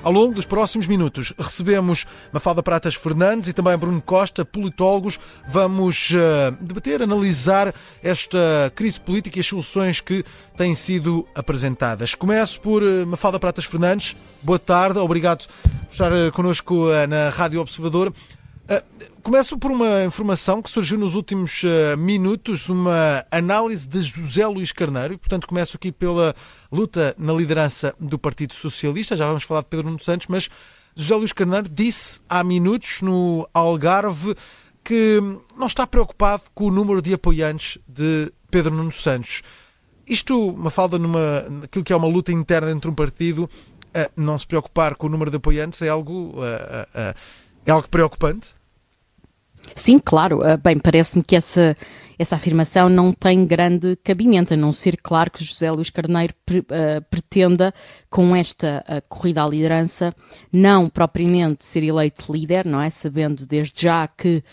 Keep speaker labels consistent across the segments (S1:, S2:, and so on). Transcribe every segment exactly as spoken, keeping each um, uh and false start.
S1: Ao longo dos próximos minutos recebemos Mafalda Pratas Fernandes e também Bruno Costa, politólogos. Vamos uh, debater, analisar esta crise política e as soluções que têm sido apresentadas. Começo por uh, Mafalda Pratas Fernandes. Boa tarde, obrigado por estar uh, connosco uh, na Rádio Observador. Uh, começo por uma informação que surgiu nos últimos uh, minutos, uma análise de José Luís Carneiro, e, portanto, começo aqui pela luta na liderança do Partido Socialista. Já vamos falar de Pedro Nuno Santos, mas José Luís Carneiro disse há minutos no Algarve que não está preocupado com o número de apoiantes de Pedro Nuno Santos. Isto, Mafalda, numa, naquilo que é uma luta interna entre um partido, uh, não se preocupar com o número de apoiantes é algo, uh, uh, uh, é algo preocupante?
S2: Sim, claro. Bem, parece-me que essa, essa afirmação não tem grande cabimento, a não ser, claro, que José Luís Carneiro pre, uh, pretenda, com esta uh, corrida à liderança, não propriamente ser eleito líder, não é? Sabendo desde já que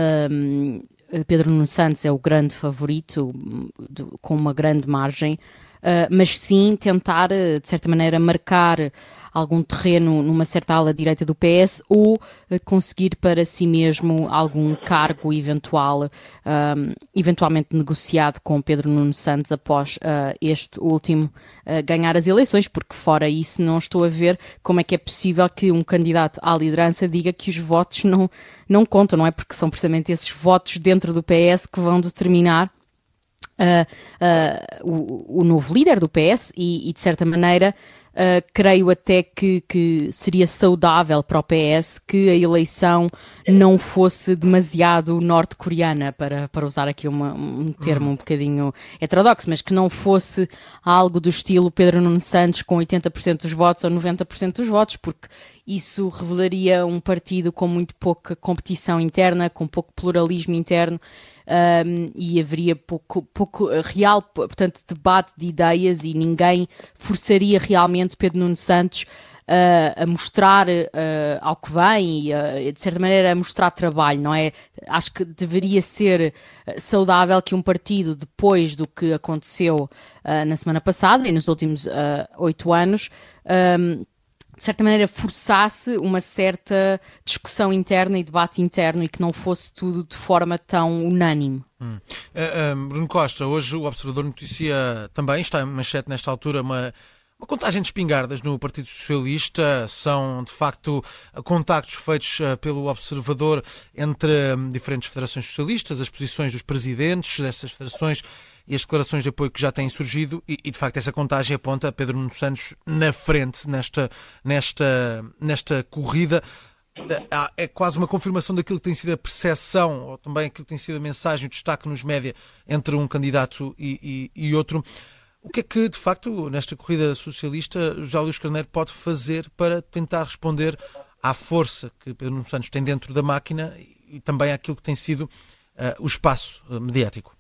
S2: um, Pedro Nuno Santos é o grande favorito, de, com uma grande margem, uh, mas sim tentar, de certa maneira, marcar algum terreno numa certa ala direita do P S ou uh, conseguir para si mesmo algum cargo eventual, um, eventualmente negociado com Pedro Nuno Santos após uh, este último uh, ganhar as eleições, porque fora isso não estou a ver como é que é possível que um candidato à liderança diga que os votos não, não contam, não é? Porque são precisamente esses votos dentro do P S que vão determinar Uh, uh, o, o novo líder do P S e, e de certa maneira, uh, creio até que, que seria saudável para o P S que a eleição não fosse demasiado norte-coreana, para, para usar aqui uma, um termo um bocadinho heterodoxo, mas que não fosse algo do estilo Pedro Nuno Santos com oitenta por cento dos votos ou noventa por cento dos votos, porque isso revelaria um partido com muito pouca competição interna, com pouco pluralismo interno, um, e haveria pouco, pouco real, portanto, debate de ideias, e ninguém forçaria realmente Pedro Nuno Santos uh, a mostrar uh, ao que vem e, uh, de certa maneira, a mostrar trabalho, não é? Acho que deveria ser saudável que um partido, depois do que aconteceu uh, na semana passada e nos últimos oito uh, anos, um, de certa maneira forçasse uma certa discussão interna e debate interno, e que não fosse tudo de forma tão unânime.
S1: Hum. Uh, uh, Bruno Costa, hoje o Observador noticia também, está em manchete nesta altura, uma, uma contagem de espingardas no Partido Socialista. São, de facto, contactos feitos uh, pelo Observador entre um, diferentes federações socialistas, as posições dos presidentes dessas federações e as declarações de apoio que já têm surgido, e, e de facto essa contagem aponta a Pedro Nuno Santos na frente nesta, nesta, nesta corrida. É quase uma confirmação daquilo que tem sido a percepção, ou também aquilo que tem sido a mensagem, o destaque nos média entre um candidato e, e, e outro. O que é que, de facto, nesta corrida socialista, José Luís Carneiro pode fazer para tentar responder à força que Pedro Nuno Santos tem dentro da máquina e também àquilo que tem sido uh, o espaço uh, mediático?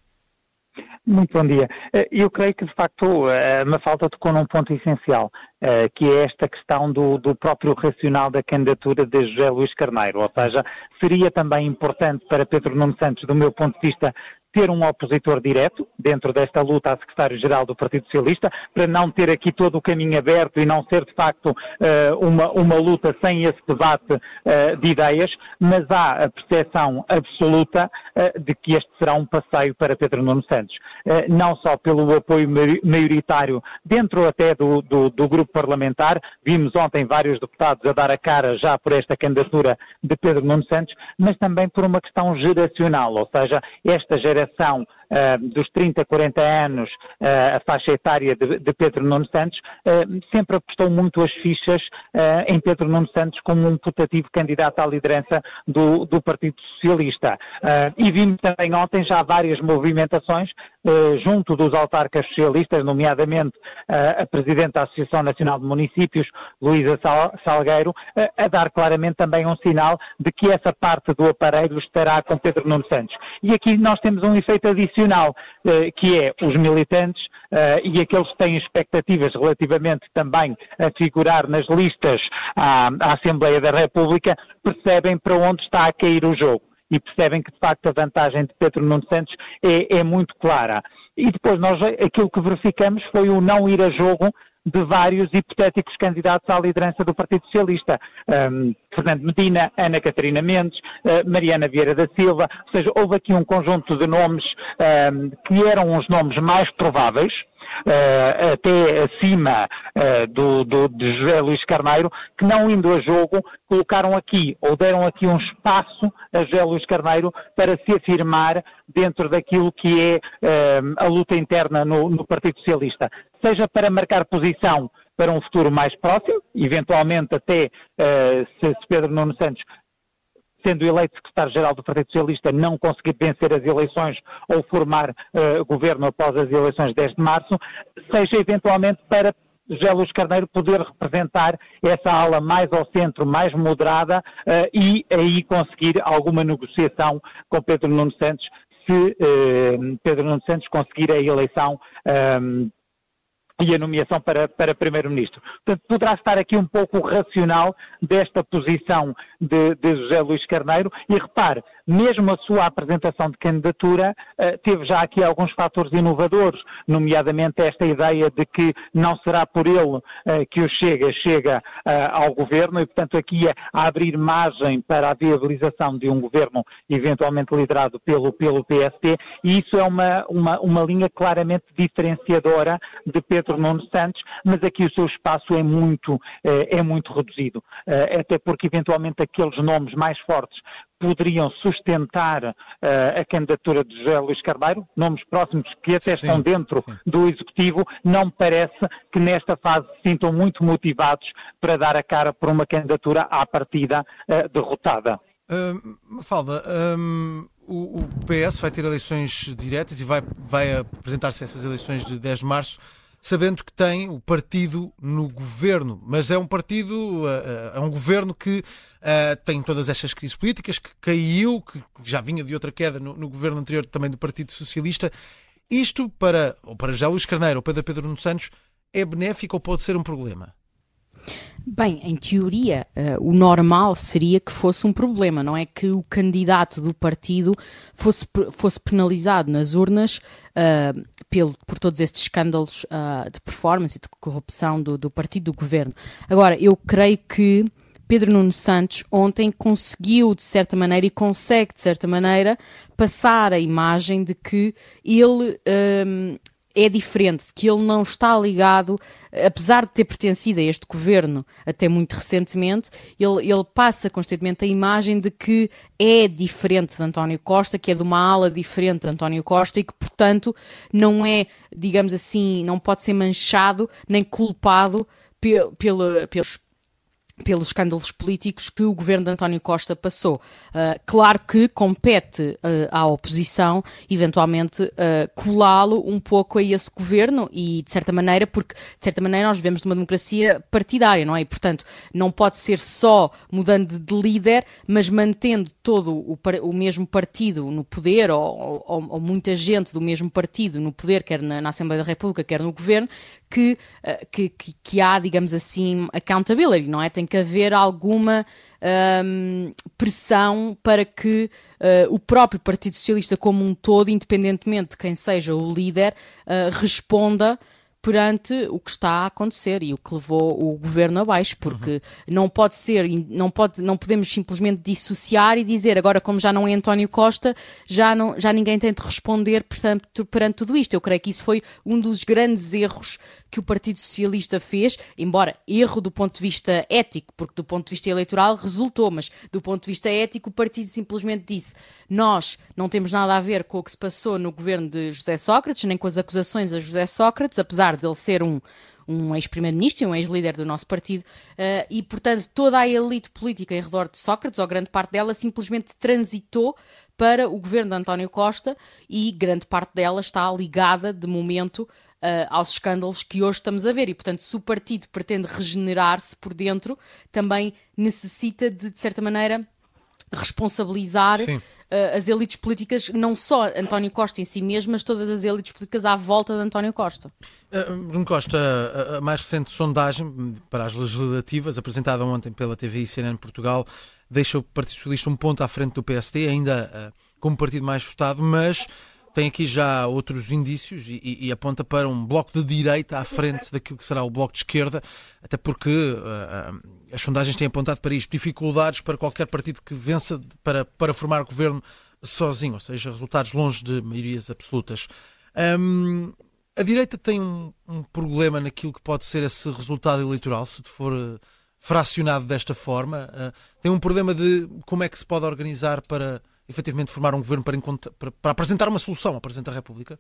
S3: Muito bom dia. Eu creio que, de facto, a Mafalda tocou num ponto essencial, que é esta questão do, do próprio racional da candidatura de José Luís Carneiro. Ou seja, seria também importante para Pedro Nuno Santos, do meu ponto de vista, ter um opositor direto dentro desta luta a secretário-geral do Partido Socialista, para não ter aqui todo o caminho aberto e não ser, de facto, uma, uma luta sem esse debate de ideias, mas há a percepção absoluta de que este será um passeio para Pedro Nuno Santos. Não só pelo apoio maioritário dentro até do, do, do grupo parlamentar, vimos ontem vários deputados a dar a cara já por esta candidatura de Pedro Nuno Santos, mas também por uma questão geracional, ou seja, esta geração Uh, dos trinta, quarenta anos, uh, a faixa etária de, de Pedro Nuno Santos, uh, sempre apostou muito as fichas uh, em Pedro Nuno Santos como um putativo candidato à liderança do, do Partido Socialista. Uh, e vimos também ontem já várias movimentações uh, junto dos autarcas socialistas, nomeadamente uh, a Presidente da Associação Nacional de Municípios, Luísa Sal, Salgueiro, uh, a dar claramente também um sinal de que essa parte do aparelho estará com Pedro Nuno Santos. E aqui nós temos um efeito adicional, que é os militantes e aqueles que têm expectativas relativamente também a figurar nas listas à, à Assembleia da República, percebem para onde está a cair o jogo e percebem que, de facto, a vantagem de Pedro Nuno Santos é, é muito clara. E depois nós, aquilo que verificamos foi o não ir a jogo de vários hipotéticos candidatos à liderança do Partido Socialista. Um, Fernando Medina, Ana Catarina Mendes, uh, Mariana Vieira da Silva, ou seja, houve aqui um conjunto de nomes um, que eram os nomes mais prováveis, Uh, até acima uh, do, do, de José Luís Carneiro, que não indo a jogo, colocaram aqui, ou deram aqui um espaço a José Luís Carneiro para se afirmar dentro daquilo que é uh, a luta interna no, no Partido Socialista. Seja para marcar posição para um futuro mais próximo, eventualmente até uh, se, se Pedro Nuno Santos, sendo eleito secretário-geral do Partido Socialista, não conseguir vencer as eleições ou formar uh, governo após as eleições de dez de março, seja eventualmente para José Luís Carneiro poder representar essa ala mais ao centro, mais moderada uh, e aí conseguir alguma negociação com Pedro Nuno Santos, se uh, Pedro Nuno Santos conseguir a eleição um, e a nomeação para, para Primeiro-Ministro. Portanto, poderá estar aqui um pouco o racional desta posição de, de José Luís Carneiro e repare, mesmo a sua apresentação de candidatura uh, teve já aqui alguns fatores inovadores, nomeadamente esta ideia de que não será por ele uh, que o Chega chega uh, ao governo e, portanto, aqui a, a abrir margem para a viabilização de um governo eventualmente liderado pelo, pelo P S T, e isso é uma, uma, uma linha claramente diferenciadora de Pedro Nuno Santos, mas aqui o seu espaço é muito, é, é muito reduzido, uh, até porque eventualmente aqueles nomes mais fortes poderiam sustentar uh, a candidatura de José Luís Carneiro, nomes próximos que até sim, estão dentro sim. do Executivo. Não me parece que nesta fase se sintam muito motivados para dar a cara por uma candidatura à partida uh, derrotada.
S1: Uh, Mafalda, um, o, o P S vai ter eleições diretas e vai, vai apresentar-se a essas eleições de dez de março, sabendo que tem o partido no governo, mas é um partido, é um governo que uh, tem todas estas crises políticas, que caiu, que já vinha de outra queda no, no governo anterior também do Partido Socialista. Isto para, ou para José Luís Carneiro ou para Pedro Nuno Santos é benéfico ou pode ser um problema?
S2: Bem, em teoria, uh, o normal seria que fosse um problema, não é? Que o candidato do partido fosse, fosse penalizado nas urnas uh, pelo, por todos estes escândalos uh, de performance e de corrupção do, do partido do governo. Agora, eu creio que Pedro Nuno Santos ontem conseguiu, de certa maneira, e consegue, de certa maneira, passar a imagem de que ele... Um, é diferente, que ele não está ligado, apesar de ter pertencido a este governo até muito recentemente, ele, ele passa constantemente a imagem de que é diferente de António Costa, que é de uma ala diferente de António Costa e que, portanto, não é, digamos assim, não pode ser manchado nem culpado pe- pelo, pelos pelos escândalos políticos que o governo de António Costa passou. Uh, claro que compete uh, à oposição, eventualmente, uh, colá-lo um pouco a esse governo e, de certa maneira, porque, de certa maneira, nós vivemos numa democracia partidária, não é? E, portanto, não pode ser só mudando de líder, mas mantendo todo o, o mesmo partido no poder, ou, ou, ou muita gente do mesmo partido no poder, quer na, na Assembleia da República, quer no governo, que, uh, que, que, que há, digamos assim, accountability, não é? Tem que haver alguma um, pressão para que uh, o próprio Partido Socialista como um todo, independentemente de quem seja o líder, uh, responda perante o que está a acontecer e o que levou o governo abaixo, porque uhum. não pode ser, não, pode, não podemos simplesmente dissociar e dizer agora como já não é António Costa, já, não, já ninguém tem de responder perante, perante tudo isto. Eu creio que isso foi um dos grandes erros que o Partido Socialista fez, embora erro do ponto de vista ético, porque do ponto de vista eleitoral resultou, mas do ponto de vista ético o partido simplesmente disse nós não temos nada a ver com o que se passou no governo de José Sócrates, nem com as acusações a José Sócrates, apesar dele ser um, um ex-primeiro-ministro e um ex-líder do nosso partido, uh, e portanto toda a elite política em redor de Sócrates, ou grande parte dela, simplesmente transitou para o governo de António Costa e grande parte dela está ligada de momento Uh, aos escândalos que hoje estamos a ver e, portanto, se o partido pretende regenerar-se por dentro, também necessita de, de certa maneira, responsabilizar uh, as elites políticas, não só António Costa em si mesmo, mas todas as elites políticas à volta de António Costa.
S1: Uh, Bruno Costa, a, a mais recente sondagem para as legislativas, apresentada ontem pela T V I C N N Portugal, deixa o Partido Socialista um ponto à frente do P S D, ainda uh, como partido mais votado, mas tem aqui já outros indícios e, e, e aponta para um bloco de direita à frente daquilo que será o bloco de esquerda, até porque uh, as sondagens têm apontado para isto, dificuldades para qualquer partido que vença para, para formar governo sozinho, ou seja, resultados longe de maiorias absolutas. Um, a direita tem um, um problema naquilo que pode ser esse resultado eleitoral, se for uh, fracionado desta forma. Uh, tem um problema de como é que se pode organizar para efetivamente formar um governo para, para, para apresentar uma solução ao Presidente da República?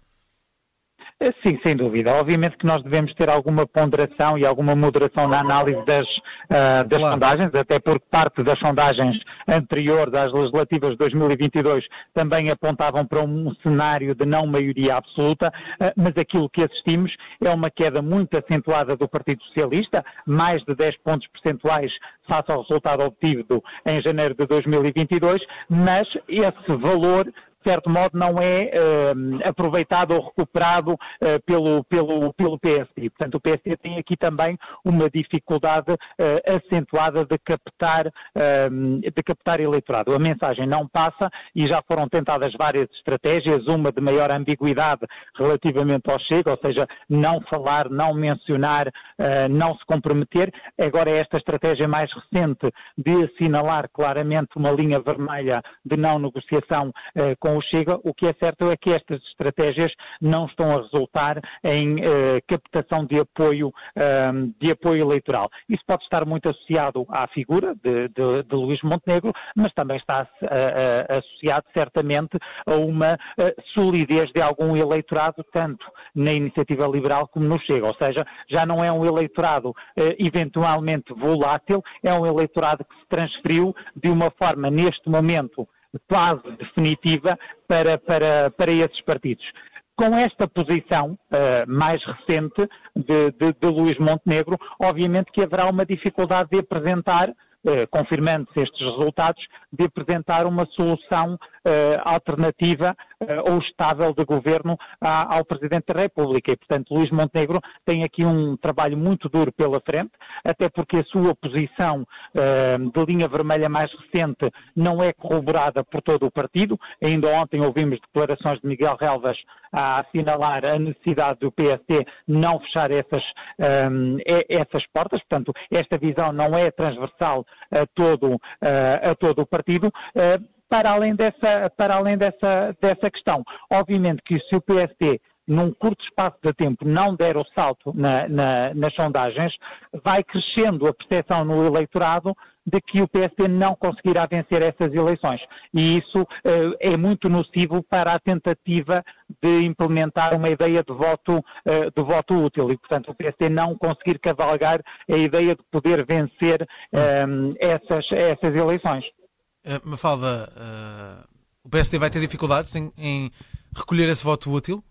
S3: Sim, sem dúvida. Obviamente que nós devemos ter alguma ponderação e alguma moderação na análise das, uh, das
S1: claro.
S3: sondagens, até porque parte das sondagens anteriores às legislativas de dois mil e vinte e dois também apontavam para um cenário de não maioria absoluta, uh, mas aquilo que assistimos é uma queda muito acentuada do Partido Socialista, mais de dez pontos percentuais face ao resultado obtido em janeiro de dois mil e vinte e dois, mas esse valor de certo modo não é uh, aproveitado ou recuperado uh, pelo, pelo, pelo P S D. Portanto, o P S D tem aqui também uma dificuldade uh, acentuada de captar, uh, de captar eleitorado. A mensagem não passa e já foram tentadas várias estratégias, uma de maior ambiguidade relativamente ao Chega, ou seja, não falar, não mencionar, uh, não se comprometer. Agora esta estratégia mais recente de assinalar claramente uma linha vermelha de não negociação uh, com o Chega, o que é certo é que estas estratégias não estão a resultar em uh, captação de apoio, uh, de apoio eleitoral. Isso pode estar muito associado à figura de, de, de Luís Montenegro, mas também está uh, uh, associado certamente a uma uh, solidez de algum eleitorado, tanto na Iniciativa Liberal como no Chega. Ou seja, já não é um eleitorado uh, eventualmente volátil, é um eleitorado que se transferiu de uma forma, neste momento, quase definitiva para, para, para esses partidos. Com esta posição uh, mais recente de, de, de Luís Montenegro, obviamente que haverá uma dificuldade de apresentar, uh, confirmando-se estes resultados, de apresentar uma solução uh, alternativa uh, ou estável de governo à, ao Presidente da República. E, portanto, Luís Montenegro tem aqui um trabalho muito duro pela frente, até porque a sua posição uh, de linha vermelha mais recente não é corroborada por todo o partido. Ainda ontem ouvimos declarações de Miguel Relvas a assinalar a necessidade do P S D não fechar essas, um, essas portas. Portanto, esta visão não é transversal a todo, uh, a todo o partido. Uh, para além dessa, para além dessa, dessa questão, obviamente que se o P S D num curto espaço de tempo não der o salto na, na, nas sondagens, vai crescendo a percepção no eleitorado de que o P S D não conseguirá vencer essas eleições. E isso uh, é muito nocivo para a tentativa de implementar uma ideia de voto, uh, de voto útil. E, portanto, o P S D não conseguir cavalgar a ideia de poder vencer um, essas, essas eleições.
S1: Uh, Mafalda, uh, o P S D vai ter dificuldades em, em recolher esse voto útil?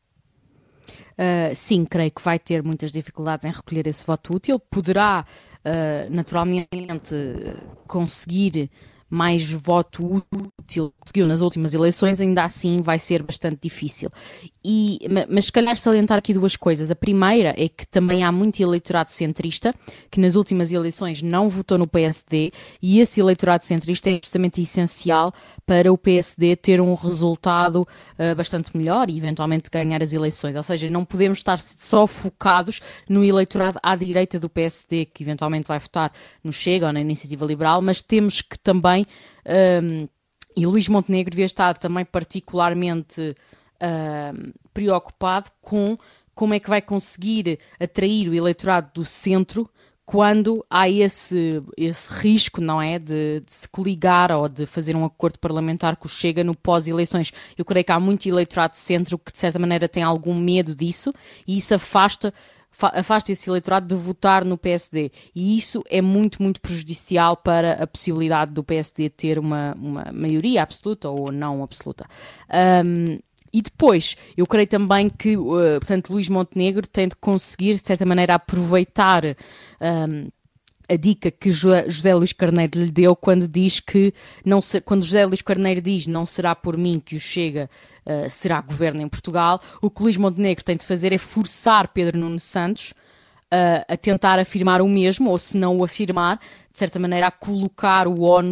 S2: Uh, sim, creio que vai ter muitas dificuldades em recolher esse voto útil. Poderá, uh, naturalmente, conseguir mais voto útil que conseguiu nas últimas eleições, ainda assim vai ser bastante difícil. E, mas se calhar salientar aqui duas coisas. A primeira é que também há muito eleitorado centrista que nas últimas eleições não votou no P S D, e esse eleitorado centrista é justamente essencial para o P S D ter um resultado uh, bastante melhor e eventualmente ganhar as eleições. Ou seja, não podemos estar só focados no eleitorado à direita do P S D, que eventualmente vai votar no Chega ou na Iniciativa Liberal, mas temos que também Um, e Luís Montenegro devia estar também particularmente uh, preocupado com como é que vai conseguir atrair o eleitorado do centro quando há esse, esse risco, não é, de, de se coligar ou de fazer um acordo parlamentar com o Chega no pós-eleições. Eu creio que há muito eleitorado do centro que de certa maneira tem algum medo disso, e isso afasta afasta esse eleitorado de votar no P S D, e isso é muito, muito prejudicial para a possibilidade do P S D ter uma, uma maioria absoluta ou não absoluta. Um, e depois, eu creio também que, uh, portanto, Luís Montenegro tem de conseguir, de certa maneira, aproveitar um, a dica que José Luís Carneiro lhe deu quando diz que, não se, quando José Luís Carneiro diz não será por mim que o Chega Uh, será governo em Portugal, o que Luís Montenegro tem de fazer é forçar Pedro Nuno Santos uh, a tentar afirmar o mesmo, ou se não o afirmar, de certa maneira a colocar o ónus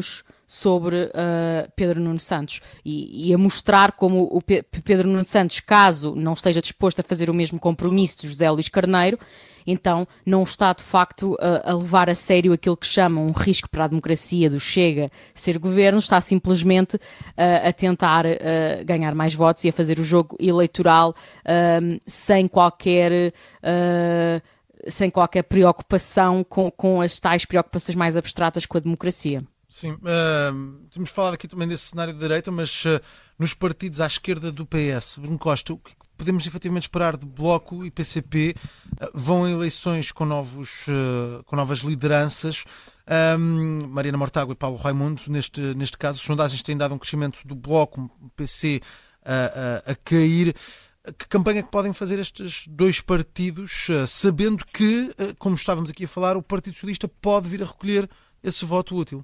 S2: sobre uh, Pedro Nuno Santos e, e a mostrar como o Pe- Pedro Nuno Santos, caso não esteja disposto a fazer o mesmo compromisso de José Luís Carneiro, então não está de facto a, a levar a sério aquilo que chama um risco para a democracia do Chega ser governo, está simplesmente uh, a tentar uh, ganhar mais votos e a fazer o jogo eleitoral uh, sem qualquer... Uh, sem qualquer preocupação com, com as tais preocupações mais abstratas com a democracia.
S1: Sim, uh, temos falado aqui também desse cenário de direita, mas uh, nos partidos à esquerda do P S, Bruno Costa, o que podemos efetivamente esperar de Bloco e P C P? Uh, vão a eleições com, novos, uh, com novas lideranças. Um, Mariana Mortágua e Paulo Raimundo, neste, neste caso, as sondagens têm dado um crescimento do Bloco, o P C uh, uh, a cair. Que campanha que podem fazer estes dois partidos, sabendo que, como estávamos aqui a falar, o Partido Socialista pode vir a recolher esse voto útil?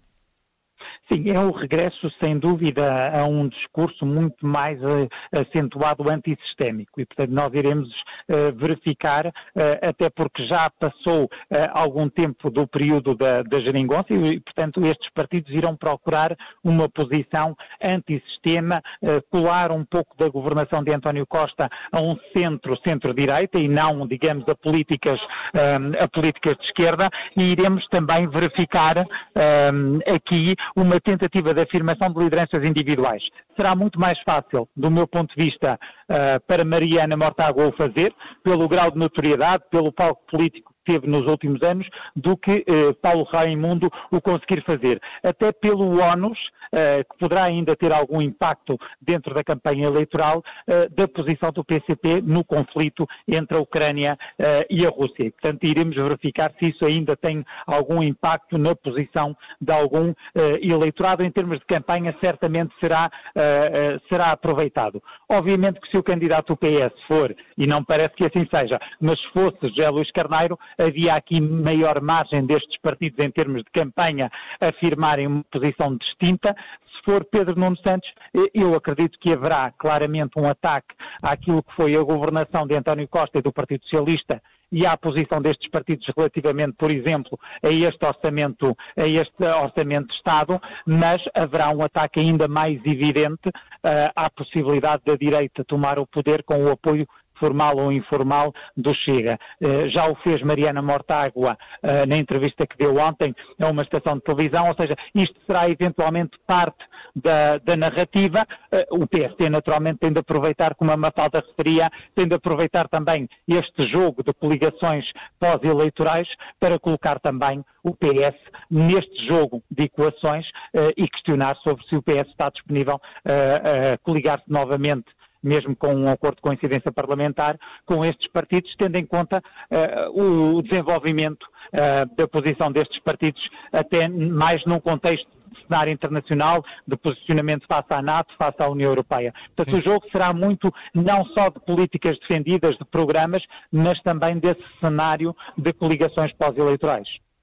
S3: Sim, é um regresso, sem dúvida, a um discurso muito mais uh, acentuado antissistémico e, portanto, nós iremos uh, verificar, uh, até porque já passou uh, algum tempo do período da, da geringonça e, portanto, estes partidos irão procurar uma posição antissistema, uh, colar um pouco da governação de António Costa a um centro, centro-direita e não, digamos, a políticas, um, a políticas de esquerda, e iremos também verificar um, aqui uma tentativa de afirmação de lideranças individuais. Será muito mais fácil, do meu ponto de vista, uh, para Mariana Mortágua o fazer, pelo grau de notoriedade, pelo palco político que teve nos últimos anos, do que uh, Paulo Raimundo o conseguir fazer. Até pelo ónus, uh, que poderá ainda ter algum impacto dentro da campanha eleitoral, uh, da posição do P C P no conflito entre a Ucrânia uh, e a Rússia. Portanto, iremos verificar se isso ainda tem algum impacto na posição de algum uh, eleitorado. Em termos de campanha, certamente será, uh, uh, será aproveitado. Obviamente que se o candidato do P S for, e não parece que assim seja, mas se fosse José Luís Carneiro, havia aqui maior margem destes partidos em termos de campanha afirmarem uma posição distinta. Se for Pedro Nuno Santos, eu acredito que haverá claramente um ataque àquilo que foi a governação de António Costa e do Partido Socialista e à posição destes partidos relativamente, por exemplo, a este orçamento, a este orçamento de Estado, mas haverá um ataque ainda mais evidente uh, à possibilidade da direita tomar o poder com o apoio formal ou informal do Chega. Uh, já o fez Mariana Mortágua uh, na entrevista que deu ontem a uma estação de televisão, ou seja, isto será eventualmente parte da, da narrativa. Uh, o P S T naturalmente tem de aproveitar, como a Mafalda referia, tem de aproveitar também este jogo de coligações pós-eleitorais para colocar também o P S neste jogo de equações uh, e questionar sobre se o P S está disponível uh, a coligar-se novamente, mesmo com um acordo de coincidência parlamentar, com estes partidos, tendo em conta uh, o desenvolvimento uh, da posição destes partidos, até mais num contexto de cenário internacional, de posicionamento face à NATO, face à União Europeia. Portanto, Sim. o jogo será muito, não só de políticas defendidas, de programas, mas também desse cenário de coligações pós-eleitorais.